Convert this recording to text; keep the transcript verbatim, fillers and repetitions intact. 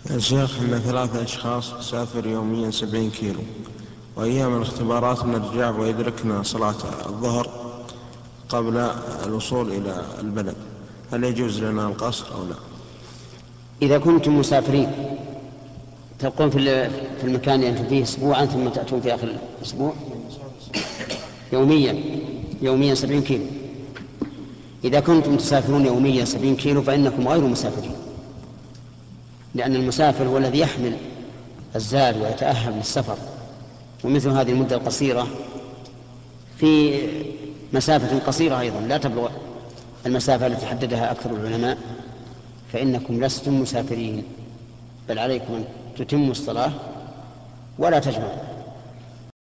يا شيخ، إن ثلاثة أشخاص تسافر يوميا سبعين كيلو، وأيام الاختبارات نرجع ويدركنا صلاة الظهر قبل الوصول إلى البلد، هل يجوز لنا القصر أو لا؟ إذا كنتم مسافرين تبقون في المكان اللي أنتم فيه أسبوعا ثم تأتون في آخر الأسبوع يوميا يوميا سبعين كيلو، إذا كنتم تسافرون يوميا سبعين كيلو فإنكم غير مسافرين، لأن المسافر هو الذي يحمل الزاد ويتأهب للسفر، ومثل هذه المدة القصيرة في مسافة قصيرة أيضا لا تبلغ المسافة التي حددها أكثر العلماء، فإنكم لستم مسافرين، بل عليكم أن تتموا الصلاة ولا تجمعوا.